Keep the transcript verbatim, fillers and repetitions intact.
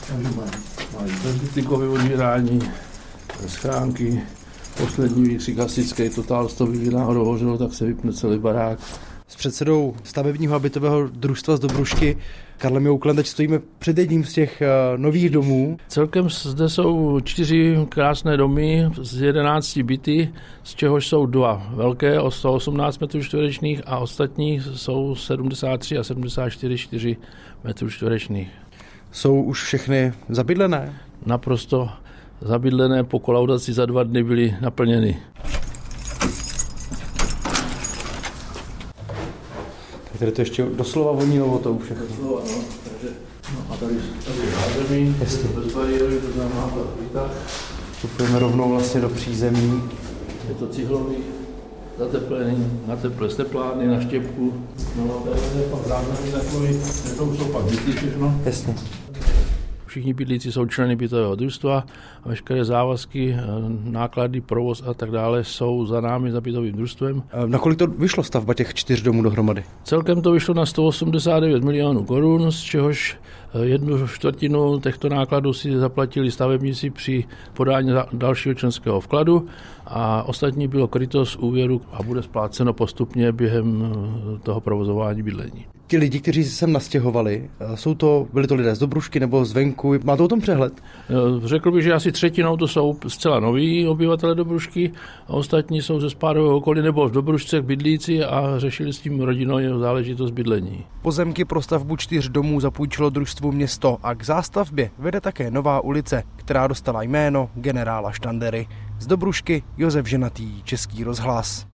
Mají bezvytykové odvírání, schránky, poslední výkřik hasičský, totál sto by náhodou hořelo, tak se vypne celý barák. S předsedou stavebního a bytového družstva z Dobrušky Karlem Jouklem teď stojíme před jedním z těch uh, nových domů. Celkem zde jsou čtyři krásné domy z jedenácti byty, z čehož jsou dva velké o sto osmnáct metrů čtverečných a ostatní jsou sedmdesát tři a sedmdesát čtyři čtyři metrů čtverečných. Jsou už všechny zabydlené? Naprosto zabydlené, po kolaudaci za dva dny byly naplněny. Tady to ještě doslova voní novotou všechno. Doslova, no. Takže, no a tady, tady je zázemí, bez bariéry, to znamená výtah. Vstupujeme rovnou vlastně do přízemí. Je to cihlový, zateplený, na teple z teplárny, na štěpku. No a tady je pak zázemí takový, to už jsou pak byty všechno. Jasně. Všichni bydlíci jsou členy bytového družstva a veškeré závazky, náklady, provoz a tak dále jsou za námi, za bytovým družstvem. Nakolik to vyšlo stavba těch čtyř domů dohromady? Celkem to vyšlo na sto osmdesát devět milionů korun, z čehož jednu čtvrtinu těchto nákladů si zaplatili stavebníci při podání dalšího členského vkladu a ostatní bylo kryto z úvěru a bude spláceno postupně během toho provozování bydlení. Ti lidi, kteří se sem nastěhovali, jsou to, byli to lidé z Dobrušky nebo zvenku, máte o tom přehled? Řekl bych, že asi třetinou to jsou zcela noví obyvatele Dobrušky a ostatní jsou ze spádového okolí nebo v Dobrušce bydlíci a řešili s tím rodinou záležitost bydlení. Pozemky pro stavbu čtyř domů zapůjčilo družstvu město a k zástavbě vede také nová ulice, která dostala jméno generála Štandery. Z Dobrušky Josef Ženatý, Český rozhlas.